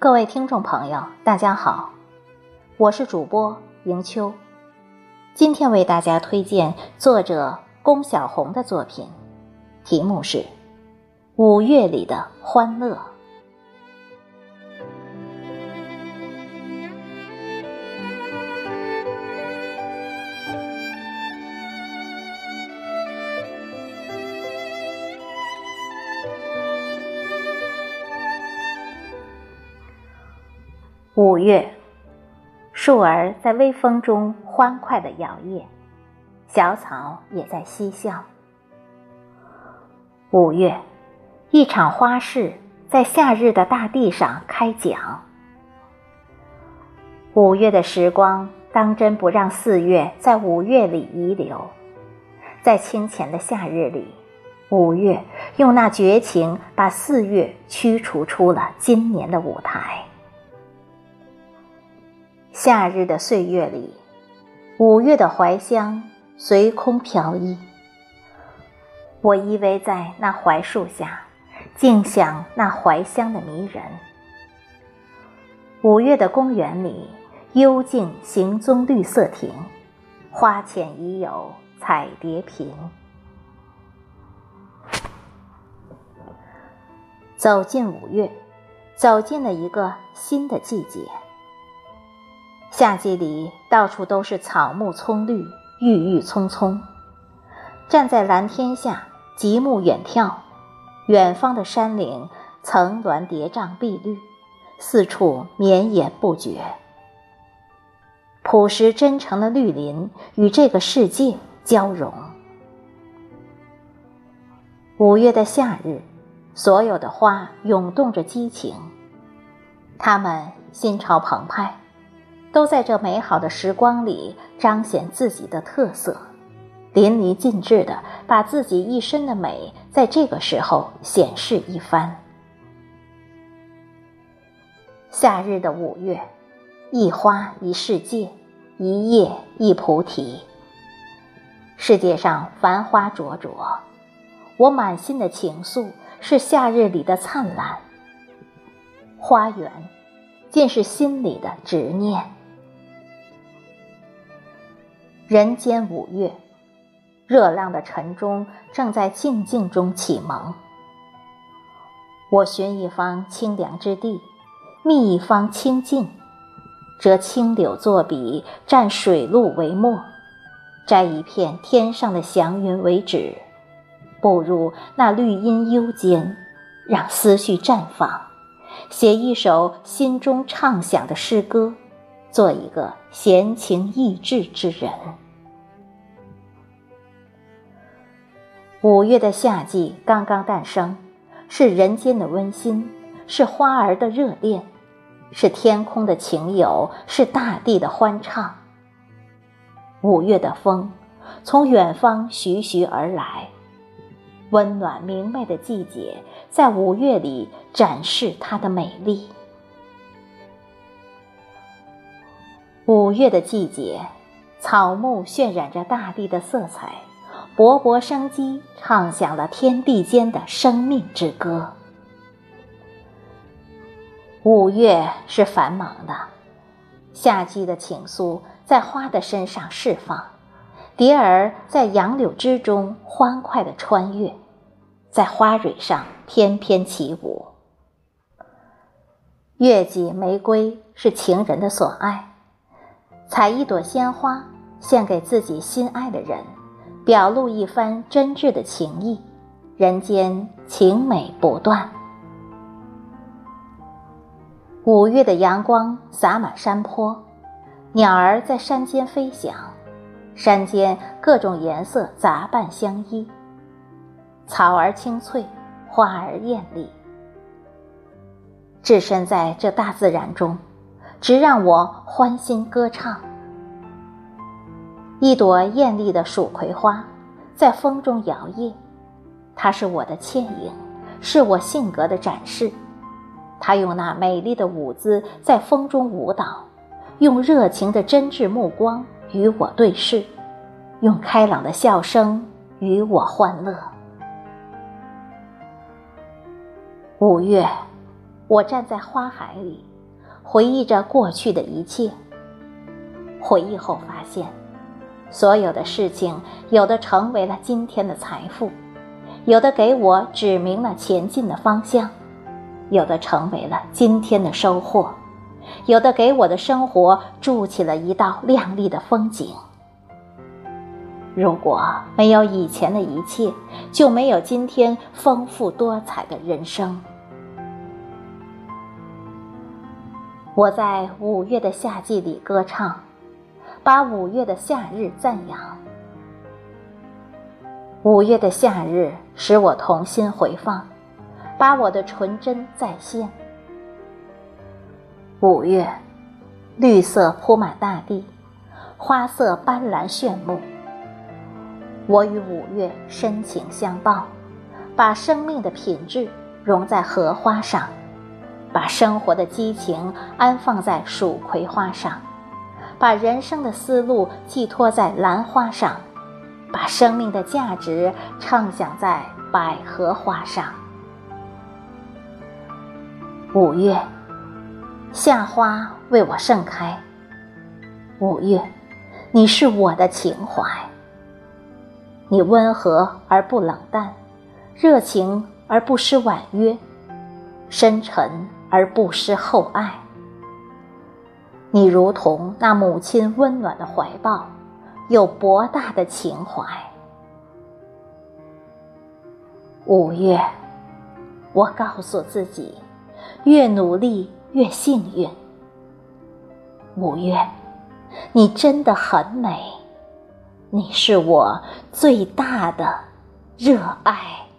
各位听众朋友，大家好，我是主播迎秋。今天为大家推荐作者龚晓红的作品，题目是《五月里的欢乐》。五月，树儿在微风中欢快地摇曳，小草也在嬉笑。五月，一场花事在夏日的大地上开讲。五月的时光当真不让4月在五月里遗留，在清浅的夏日里，五月用那绝情把4月驱除出了今年的舞台。夏日的岁月里，五月的怀香随空飘逸。我依偎在那槐树下，静享那怀香的迷人。五月的公园里，幽静行踪绿色亭，花前已有彩蝶频。走进五月，走进了一个新的季节。夏季里到处都是草木葱绿，郁郁葱葱。站在蓝天下，极目远眺，远方的山岭层峦叠嶂碧绿，四处绵延不绝。朴实真诚的绿林与这个世界交融。五月的夏日，所有的花涌动着激情，它们心潮澎湃，都在这美好的时光里彰显自己的特色，淋漓尽致地把自己一身的美在这个时候显示一番。夏日的五月，一花一世界，一叶一菩提。世界上繁花灼灼，我满心的情愫是夏日里的灿烂，花园竟是心里的执念。人间五月，热浪的晨钟正在静静中启蒙。我寻一方清凉之地，觅一方清静，折青柳作笔，蘸水露为墨，摘一片天上的祥云为纸，步入那绿荫幽间，让思绪绽放，写一首心中畅想的诗歌，做一个闲情逸致之人。五月的夏季刚刚诞生，是人间的温馨，是花儿的热恋，是天空的情友，是大地的欢唱。五月的风从远方徐徐而来，温暖明媚的季节在五月里展示它的美丽。五月的季节，草木渲染着大地的色彩，勃勃生机唱响了天地间的生命之歌。五月是繁忙的，夏季的情愫在花的身上释放，蝶儿在杨柳枝中欢快地穿越，在花蕊上翩翩起舞。月季玫瑰是情人的所爱，采一朵鲜花献给自己心爱的人，表露一番真挚的情意，人间情美不断。五月的阳光洒满山坡，鸟儿在山间飞翔，山间各种颜色杂伴相依，草儿青翠，花儿艳丽。置身在这大自然中，只让我欢欣歌唱。一朵艳丽的蜀葵花在风中摇曳，它是我的倩影，是我性格的展示。它用那美丽的舞姿在风中舞蹈，用热情的真挚目光与我对视，用开朗的笑声与我欢乐。五月，我站在花海里， 回忆着过去的一切。回忆后发现，所有的事情有的成为了今天的财富，有的给我指明了前进的方向，有的成为了今天的收获，有的给我的生活筑起了一道亮丽的风景。如果没有以前的一切，就没有今天丰富多彩的人生。我在5月的夏季里歌唱，把5月的夏日赞扬。5月的夏日使我童心回放，把我的纯真再现。5月，绿色铺满大地，花色斑斓炫目。我与5月深情相抱，把生命的品质融在荷花上，把生活的激情安放在蜀葵花上，把人生的思路寄托在兰花上，把生命的价值畅想在百合花上。5月，夏花为我盛开。5月，你是我的情怀。你温和而不冷淡，热情而不失婉约，深沉而不失厚爱。你如同那母亲温暖的怀抱，有博大的情怀。5月，我告诉自己，越努力越幸运。5月，你真的很美，你是我最大的热爱。